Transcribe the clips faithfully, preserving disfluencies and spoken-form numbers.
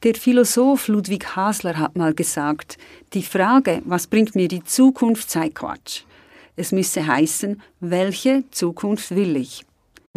Der Philosoph Ludwig Hasler hat mal gesagt, die Frage, was bringt mir die Zukunft, sei Quatsch. Es müsse heißen, welche Zukunft will ich?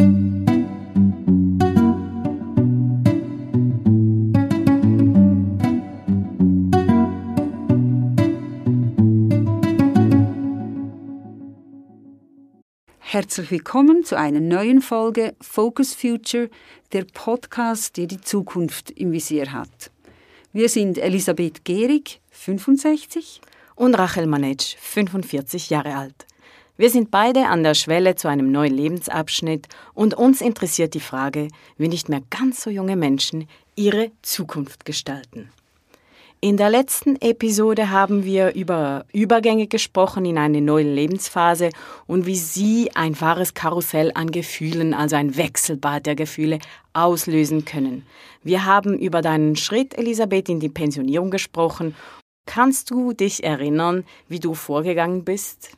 Herzlich willkommen zu einer neuen Folge Focus Future, der Podcast, der die Zukunft im Visier hat. Wir sind Elisabeth Gehrig, fünfundsechzig, und Rachel Manetsch, fünfundvierzig Jahre alt. Wir sind beide an der Schwelle zu einem neuen Lebensabschnitt und uns interessiert die Frage, wie nicht mehr ganz so junge Menschen ihre Zukunft gestalten. In der letzten Episode haben wir über Übergänge gesprochen in eine neue Lebensphase und wie sie ein wahres Karussell an Gefühlen, also ein Wechselbad der Gefühle, auslösen können. Wir haben über deinen Schritt, Elisabeth, in die Pensionierung gesprochen. Kannst du dich erinnern, wie du vorgegangen bist?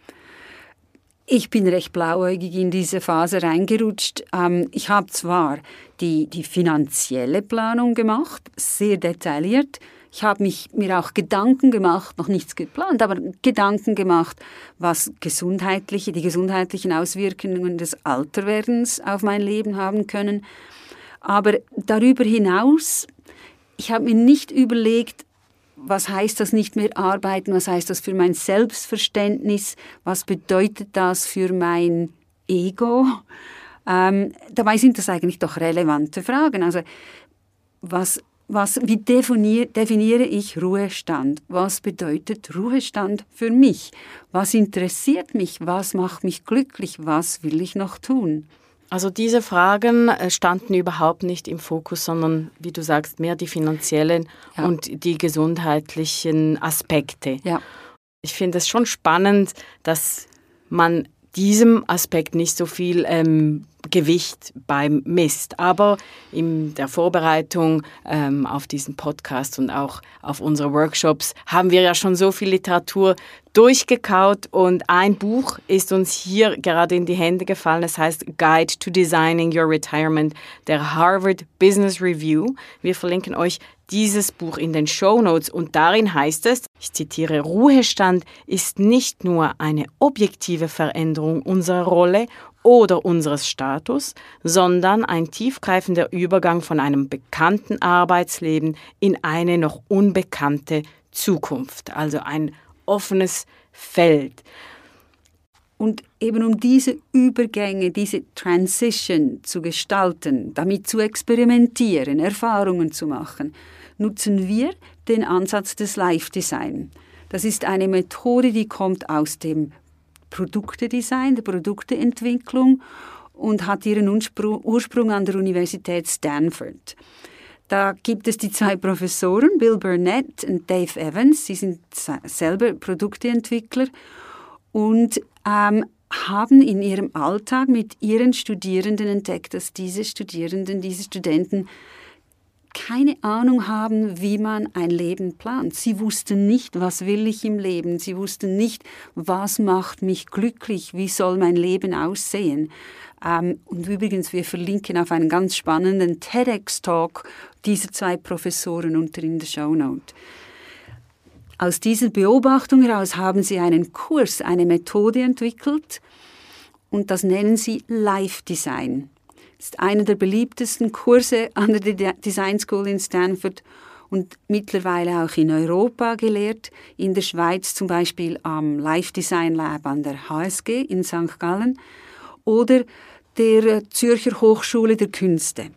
Ich bin recht blauäugig in diese Phase reingerutscht. Ähm, ich habe zwar die, die finanzielle Planung gemacht, sehr detailliert. Ich habe mich, mir auch Gedanken gemacht, noch nichts geplant, aber Gedanken gemacht, was gesundheitliche, die gesundheitlichen Auswirkungen des Alterwerdens auf mein Leben haben können. Aber darüber hinaus, ich habe mir nicht überlegt, was heißt das nicht mehr arbeiten, was heißt das für mein Selbstverständnis, was bedeutet das für mein Ego. Ähm, dabei sind das eigentlich doch relevante Fragen. Also was Was, wie definier, definiere ich Ruhestand? Was bedeutet Ruhestand für mich? Was interessiert mich? Was macht mich glücklich? Was will ich noch tun? Also diese Fragen standen überhaupt nicht im Fokus, sondern, wie du sagst, mehr die finanziellen ja. und die gesundheitlichen Aspekte. Ja. Ich finde es schon spannend, dass man diesem Aspekt nicht so viel ähm, Gewicht beim misst. Aber in der Vorbereitung ähm, auf diesen Podcast und auch auf unsere Workshops haben wir ja schon so viel Literatur durchgekaut und ein Buch ist uns hier gerade in die Hände gefallen. Es heißt Guide to Designing Your Retirement, der Harvard Business Review. Wir verlinken euch dieses Buch in den Shownotes und darin heißt es, ich zitiere, Ruhestand ist nicht nur eine objektive Veränderung unserer Rolle oder unseres Status, sondern ein tiefgreifender Übergang von einem bekannten Arbeitsleben in eine noch unbekannte Zukunft, also ein offenes Feld. Und eben um diese Übergänge, diese Transition zu gestalten, damit zu experimentieren, Erfahrungen zu machen, nutzen wir den Ansatz des Life Design. Das ist eine Methode, die kommt aus dem Produktedesign, der Produkteentwicklung und hat ihren Ursprung an der Universität Stanford. Da gibt es die zwei Professoren, Bill Burnett und Dave Evans, sie sind selber Produkteentwickler und ähm, haben in ihrem Alltag mit ihren Studierenden entdeckt, dass diese Studierenden, diese Studenten keine Ahnung haben, wie man ein Leben plant. Sie wussten nicht, was will ich im Leben. Sie wussten nicht, was macht mich glücklich, wie soll mein Leben aussehen. Ähm, und übrigens, wir verlinken auf einen ganz spannenden TEDx-Talk dieser zwei Professoren unter in der Shownote. Aus dieser Beobachtung heraus haben sie einen Kurs, eine Methode entwickelt und das nennen sie Life Design. Das ist einer der beliebtesten Kurse an der Design School in Stanford und mittlerweile auch in Europa gelehrt. In der Schweiz zum Beispiel am Life Design Lab an der H S G in Sankt Gallen oder der Zürcher Hochschule der Künste.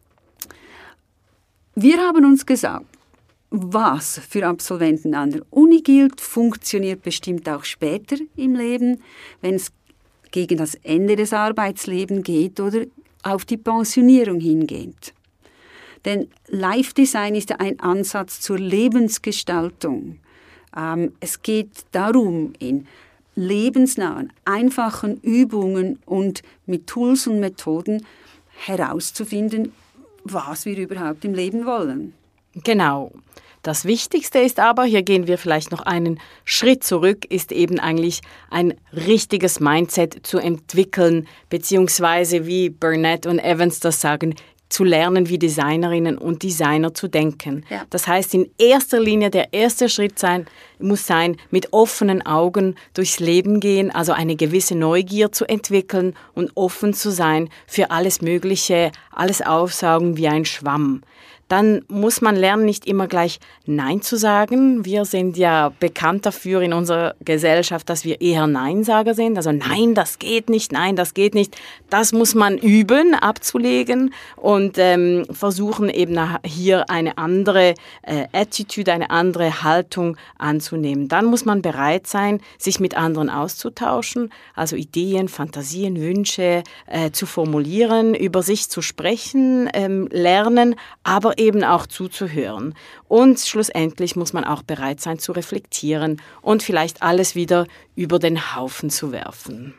Wir haben uns gesagt, was für Absolventen an der Uni gilt, funktioniert bestimmt auch später im Leben, wenn es gegen das Ende des Arbeitslebens geht oder auf die Pensionierung hingeht. Denn Life Design ist ja ein Ansatz zur Lebensgestaltung. Ähm, es geht darum, in lebensnahen, einfachen Übungen und mit Tools und Methoden herauszufinden, was wir überhaupt im Leben wollen. Genau. Das Wichtigste ist aber, hier gehen wir vielleicht noch einen Schritt zurück, ist eben eigentlich ein richtiges Mindset zu entwickeln, beziehungsweise wie Burnett und Evans das sagen, zu lernen, wie Designerinnen und Designer zu denken. Ja. Das heißt, in erster Linie der erste Schritt sein, muss sein, mit offenen Augen durchs Leben gehen, also eine gewisse Neugier zu entwickeln und offen zu sein für alles Mögliche, alles aufsaugen wie ein Schwamm. Dann muss man lernen, nicht immer gleich Nein zu sagen. Wir sind ja bekannt dafür in unserer Gesellschaft, dass wir eher Neinsager sind. Also nein, das geht nicht, nein, das geht nicht. Das muss man üben, abzulegen und ähm, versuchen eben hier eine andere äh, Attitude, eine andere Haltung anzunehmen. Dann muss man bereit sein, sich mit anderen auszutauschen, also Ideen, Fantasien, Wünsche äh, zu formulieren, über sich zu sprechen, ähm, lernen, aber eben auch zuzuhören. Und schlussendlich muss man auch bereit sein zu reflektieren und vielleicht alles wieder über den Haufen zu werfen.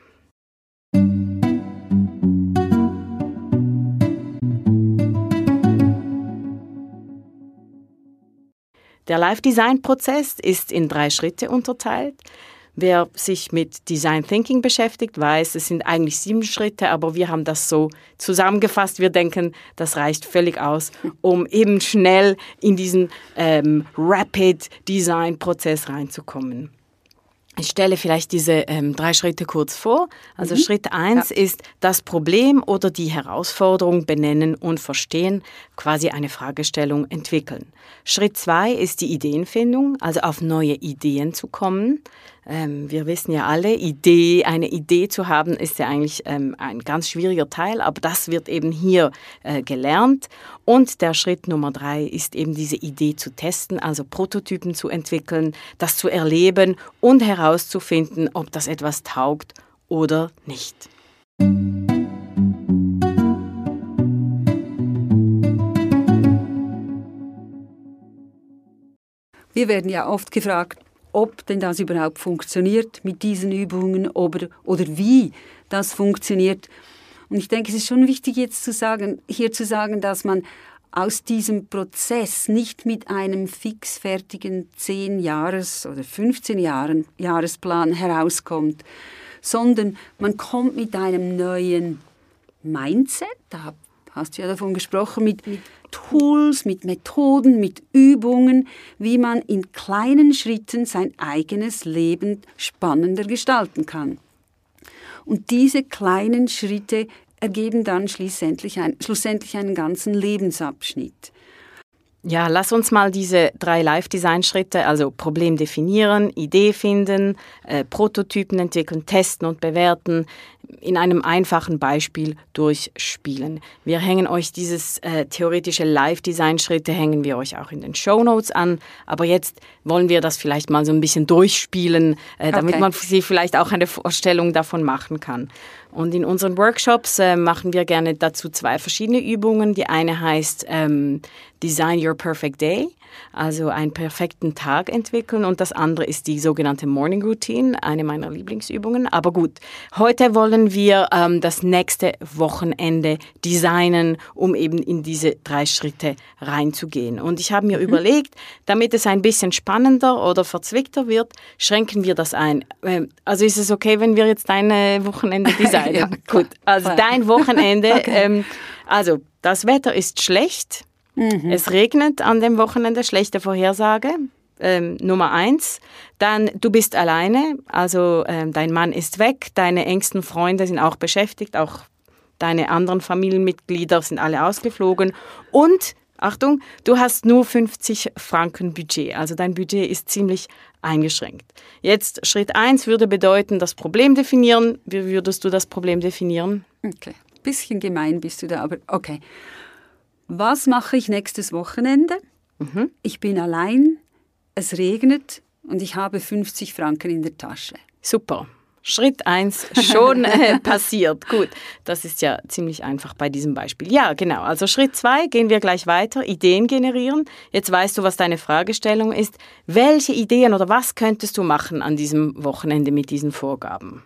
Der Live-Design-Prozess ist in drei Schritte unterteilt. Wer sich mit Design Thinking beschäftigt, weiß, es sind eigentlich sieben Schritte, aber wir haben das so zusammengefasst. Wir denken, das reicht völlig aus, um eben schnell in diesen ähm, Rapid Design Prozess reinzukommen. Ich stelle vielleicht diese ähm, drei Schritte kurz vor. Also mhm. Schritt eins ja. ist das Problem oder die Herausforderung benennen und verstehen, quasi eine Fragestellung entwickeln. Schritt zwei ist die Ideenfindung, also auf neue Ideen zu kommen. Ähm, wir wissen ja alle, Idee, eine Idee zu haben, ist ja eigentlich ähm, ein ganz schwieriger Teil, aber das wird eben hier äh, gelernt. Und der Schritt Nummer drei ist eben diese Idee zu testen, also Prototypen zu entwickeln, das zu erleben und herauszufinden, ob das etwas taugt oder nicht. Wir werden ja oft gefragt, ob denn das überhaupt funktioniert mit diesen Übungen oder, oder wie das funktioniert. Und ich denke, es ist schon wichtig jetzt zu sagen, hier zu sagen, dass man aus diesem Prozess nicht mit einem fixfertigen zehn Jahres- oder fünfzehn Jahren Jahresplan herauskommt, sondern man kommt mit einem neuen Mindset, da hast du ja davon gesprochen, mit, mit Tools, mit Methoden, mit Übungen, wie man in kleinen Schritten sein eigenes Leben spannender gestalten kann. Und diese kleinen Schritte ergeben dann schlussendlich, ein, schlussendlich einen ganzen Lebensabschnitt. Ja, lass uns mal diese drei Live-Design-Schritte, also Problem definieren, Idee finden, äh, Prototypen entwickeln, testen und bewerten, in einem einfachen Beispiel durchspielen. Wir hängen euch dieses äh, theoretische Live-Design-Schritte, hängen wir euch auch in den Shownotes an, aber jetzt wollen wir das vielleicht mal so ein bisschen durchspielen, äh, damit okay. man sich vielleicht auch eine Vorstellung davon machen kann. Und in unseren Workshops äh, machen wir gerne dazu zwei verschiedene Übungen. Die eine heißt ähm, Design Your Perfect Day, also einen perfekten Tag entwickeln. Und das andere ist die sogenannte Morning Routine, eine meiner Lieblingsübungen. Aber gut, heute wollen wir ähm, das nächste Wochenende designen, um eben in diese drei Schritte reinzugehen. Und ich habe mir mhm. überlegt, damit es ein bisschen spannender oder verzwickter wird, schränken wir das ein. Ähm, also ist es okay, wenn wir jetzt dein Wochenende designen? Ja, gut, also dein Wochenende, okay. ähm, also das Wetter ist schlecht, mhm. es regnet an dem Wochenende, schlechte Vorhersage, ähm, Nummer eins. Dann du bist alleine, also ähm, dein Mann ist weg, deine engsten Freunde sind auch beschäftigt, auch deine anderen Familienmitglieder sind alle ausgeflogen und Achtung, du hast nur fünfzig Franken Budget, also dein Budget ist ziemlich eingeschränkt. Jetzt Schritt eins würde bedeuten, das Problem definieren. Wie würdest du das Problem definieren? Okay, bisschen gemein bist du da, aber okay. Was mache ich nächstes Wochenende? Mhm. Ich bin allein, es regnet und ich habe fünfzig Franken in der Tasche. Super. Schritt eins schon äh, passiert. Gut, das ist ja ziemlich einfach bei diesem Beispiel. Ja, genau. Also Schritt zwei, gehen wir gleich weiter. Ideen generieren. Jetzt weißt du, was deine Fragestellung ist. Welche Ideen oder was könntest du machen an diesem Wochenende mit diesen Vorgaben?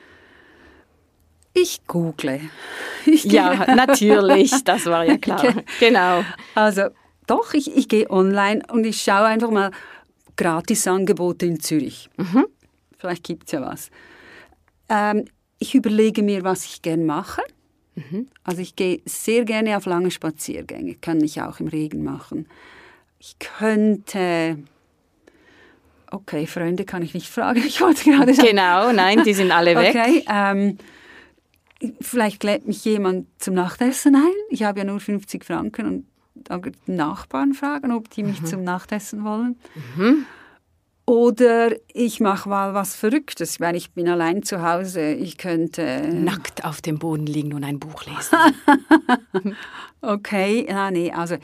Ich google. Ich ja, natürlich. Das war ja klar. Genau. Also doch, ich, ich gehe online und ich schaue einfach mal Gratisangebote in Zürich. Mhm. Vielleicht gibt es ja was. Ähm, ich überlege mir, was ich gerne mache. Mhm. Also ich gehe sehr gerne auf lange Spaziergänge, kann ich auch im Regen machen. Ich könnte... Okay, Freunde kann ich nicht fragen, ich wollte gerade sagen. Genau, nein, die sind alle weg. Okay, ähm, vielleicht lädt mich jemand zum Nachtessen ein. Ich habe ja nur fünfzig Franken und dann die Nachbarn fragen, ob die mich mhm. zum Nachtessen wollen. Mhm. Oder ich mache mal was Verrücktes, weil ich bin allein zu Hause. Ich könnte... Nackt auf dem Boden liegen und ein Buch lesen. Okay, ah, nee, also...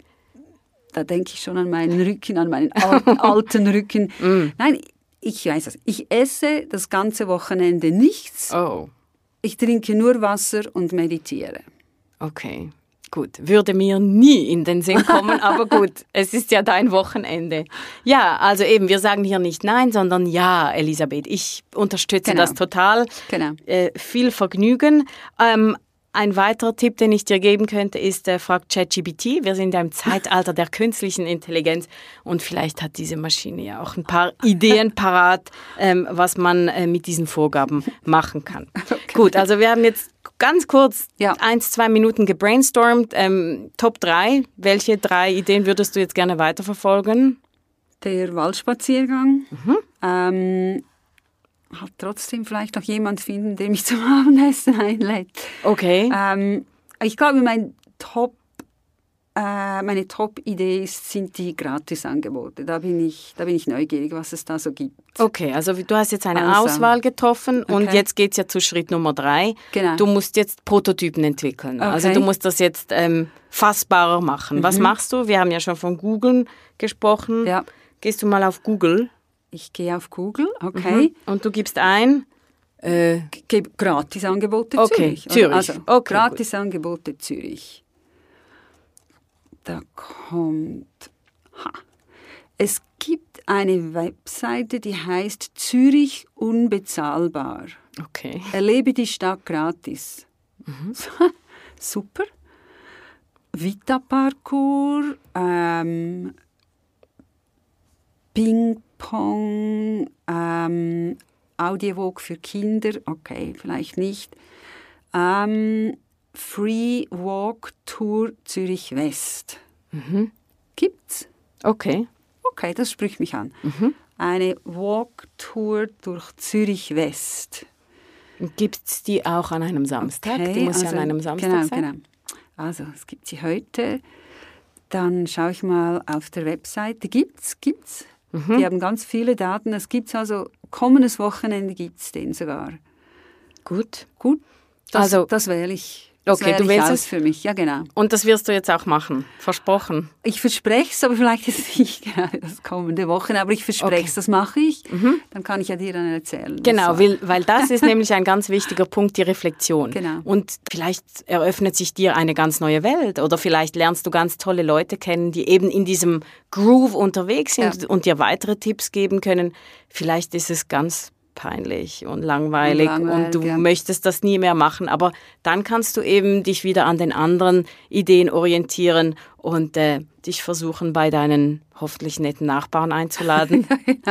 Da denke ich schon an meinen Rücken, an meinen alten, alten Rücken. Mm. Nein, ich weiß es. Ich esse das ganze Wochenende nichts. Oh. Ich trinke nur Wasser und meditiere. Okay, gut. Würde mir nie in den Sinn kommen, aber gut, es ist ja dein Wochenende. Ja, also eben, wir sagen hier nicht nein, sondern ja, Elisabeth. Ich unterstütze genau. das total. Genau. Äh, viel Vergnügen. Ähm, Ein weiterer Tipp, den ich dir geben könnte, ist, äh, frag ChatGPT. Wir sind ja im Zeitalter der künstlichen Intelligenz und vielleicht hat diese Maschine ja auch ein paar Ideen parat, ähm, was man äh, mit diesen Vorgaben machen kann. Okay. Gut, also wir haben jetzt ganz kurz ja. eins, zwei Minuten gebrainstormt. Ähm, Top drei. Welche drei Ideen würdest du jetzt gerne weiterverfolgen? Der Waldspaziergang. Mhm. Ähm, halt trotzdem vielleicht noch jemand finden, der mich zum Abendessen einlädt. Okay. Ähm, ich glaube, mein Top, äh, meine Top-Idee sind die Gratisangebote. Da bin ich, da bin ich neugierig, was es da so gibt. Okay, also du hast jetzt eine also, Auswahl getroffen und okay. jetzt geht es ja zu Schritt Nummer drei. Genau. Du musst jetzt Prototypen entwickeln. Okay. Also du musst das jetzt ähm, fassbarer machen. Mhm. Was machst du? Wir haben ja schon von Google gesprochen. Ja. Gehst du mal auf Google? Ich gehe auf Google, okay. Mhm. Und du gibst ein? Äh, Gib Gratisangebote okay, Zürich. Zürich. Also okay, Gratisangebote Zürich. Da kommt... Ha. Es gibt eine Webseite, die heißt Zürich unbezahlbar. Okay. Erlebe die Stadt gratis. Mhm. Super. Vita-Parcours, ähm, Ping-Pong, ähm, Audiowalk für Kinder, okay, vielleicht nicht. Ähm, Free Walk Tour Zürich West. Mhm. Gibt's? Okay. Okay, das spricht mich an. Mhm. Eine Walk Tour durch Zürich West. Gibt es die auch an einem Samstag? Okay, die muss also, ja an einem Samstag genau, sein. Genau. Also, es gibt sie heute. Dann schaue ich mal auf der Webseite. Gibt's? Gibt's? Mhm. Die haben ganz viele Daten. Es gibt also, kommendes Wochenende gibt es den sogar. Gut. Gut. Das, also, das wähle ich. Das okay, du wählst es für mich, ja genau. Und das wirst du jetzt auch machen, versprochen? Ich verspreche es, aber vielleicht ist nicht gerade das kommende Woche, aber ich verspreche es, okay. Das mache ich. Mhm. Dann kann ich ja dir dann erzählen. Genau, weil, weil das ist nämlich ein ganz wichtiger Punkt, die Reflexion. Genau. Und vielleicht eröffnet sich dir eine ganz neue Welt oder vielleicht lernst du ganz tolle Leute kennen, die eben in diesem Groove unterwegs sind ja. und dir weitere Tipps geben können. Vielleicht ist es ganz peinlich und langweilig und, langweilig, und du ja. möchtest das nie mehr machen, aber dann kannst du eben dich wieder an den anderen Ideen orientieren und äh, dich versuchen, bei deinen hoffentlich netten Nachbarn einzuladen.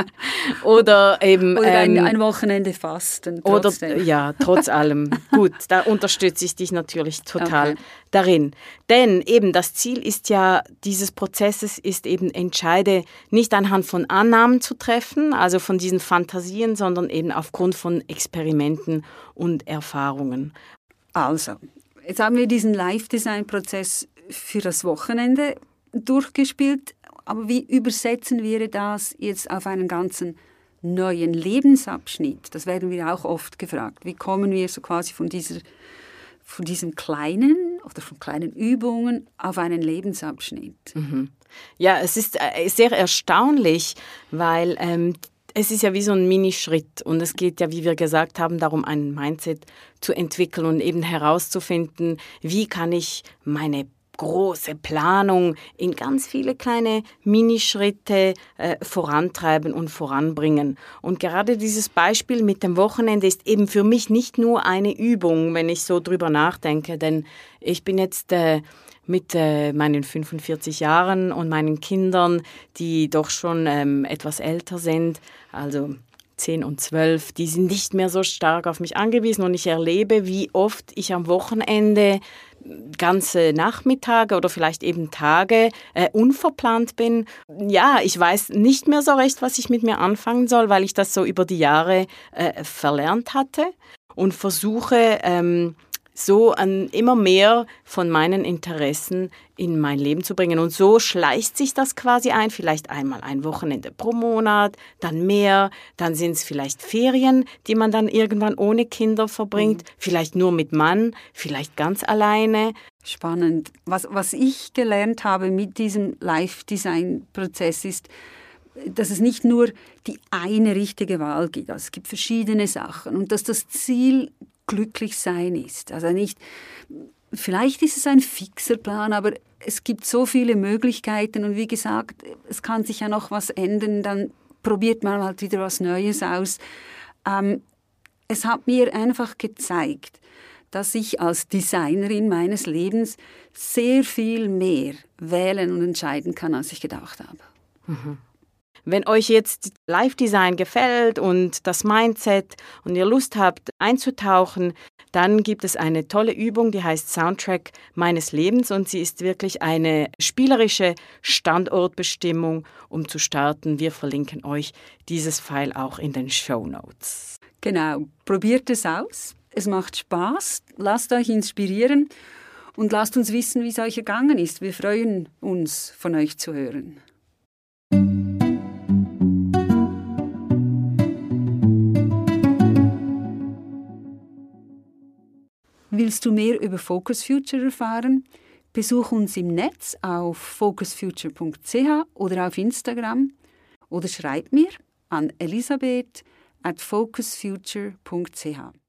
Oder eben... Oder ein, ähm, ein Wochenende fasten. Oder, ja, trotz allem. Gut, da unterstütze ich dich natürlich total okay. darin. Denn eben das Ziel ist ja, dieses Prozesses ist eben, Entscheide nicht anhand von Annahmen zu treffen, also von diesen Fantasien, sondern eben aufgrund von Experimenten und Erfahrungen. Also, jetzt haben wir diesen Live-Design-Prozess für das Wochenende durchgespielt. Aber wie übersetzen wir das jetzt auf einen ganzen neuen Lebensabschnitt? Das werden wir auch oft gefragt. Wie kommen wir so quasi von dieser, von diesen kleinen oder von kleinen Übungen auf einen Lebensabschnitt? Mhm. Ja, es ist sehr erstaunlich, weil ähm, es ist ja wie so ein Minischritt und es geht ja, wie wir gesagt haben, darum, ein Mindset zu entwickeln und eben herauszufinden, wie kann ich meine große Planung in ganz viele kleine Minischritte äh, vorantreiben und voranbringen. Und gerade dieses Beispiel mit dem Wochenende ist eben für mich nicht nur eine Übung, wenn ich so drüber nachdenke, denn ich bin jetzt äh, mit äh, meinen fünfundvierzig Jahren und meinen Kindern, die doch schon ähm, etwas älter sind, also zehn und zwölf, die sind nicht mehr so stark auf mich angewiesen und ich erlebe, wie oft ich am Wochenende ganze Nachmittage oder vielleicht eben Tage äh, unverplant bin. Ja, ich weiß nicht mehr so recht, was ich mit mir anfangen soll, weil ich das so über die Jahre äh, verlernt hatte und versuche, ähm, so an immer mehr von meinen Interessen in mein Leben zu bringen. Und so schleicht sich das quasi ein, vielleicht einmal ein Wochenende pro Monat, dann mehr, dann sind es vielleicht Ferien, die man dann irgendwann ohne Kinder verbringt, mhm. vielleicht nur mit Mann, vielleicht ganz alleine. Spannend. Was, was ich gelernt habe mit diesem Life-Design-Prozess ist, dass es nicht nur die eine richtige Wahl gibt. Also es gibt verschiedene Sachen und dass das Ziel glücklich sein ist. Also nicht, vielleicht ist es ein fixer Plan, aber es gibt so viele Möglichkeiten und wie gesagt, es kann sich ja noch was ändern, dann probiert man halt wieder was Neues aus. Ähm, es hat mir einfach gezeigt, dass ich als Designerin meines Lebens sehr viel mehr wählen und entscheiden kann, als ich gedacht habe. Mhm. Wenn euch jetzt Live-Design gefällt und das Mindset und ihr Lust habt einzutauchen, dann gibt es eine tolle Übung, die heißt Soundtrack meines Lebens und sie ist wirklich eine spielerische Standortbestimmung, um zu starten. Wir verlinken euch dieses File auch in den Shownotes. Genau, probiert es aus. Es macht Spaß, lasst euch inspirieren und lasst uns wissen, wie es euch ergangen ist. Wir freuen uns, von euch zu hören. Willst du mehr über Focus Future erfahren? Besuch uns im Netz auf focus future punkt c h oder auf Instagram oder schreib mir an elisabeth at focus future punkt c h.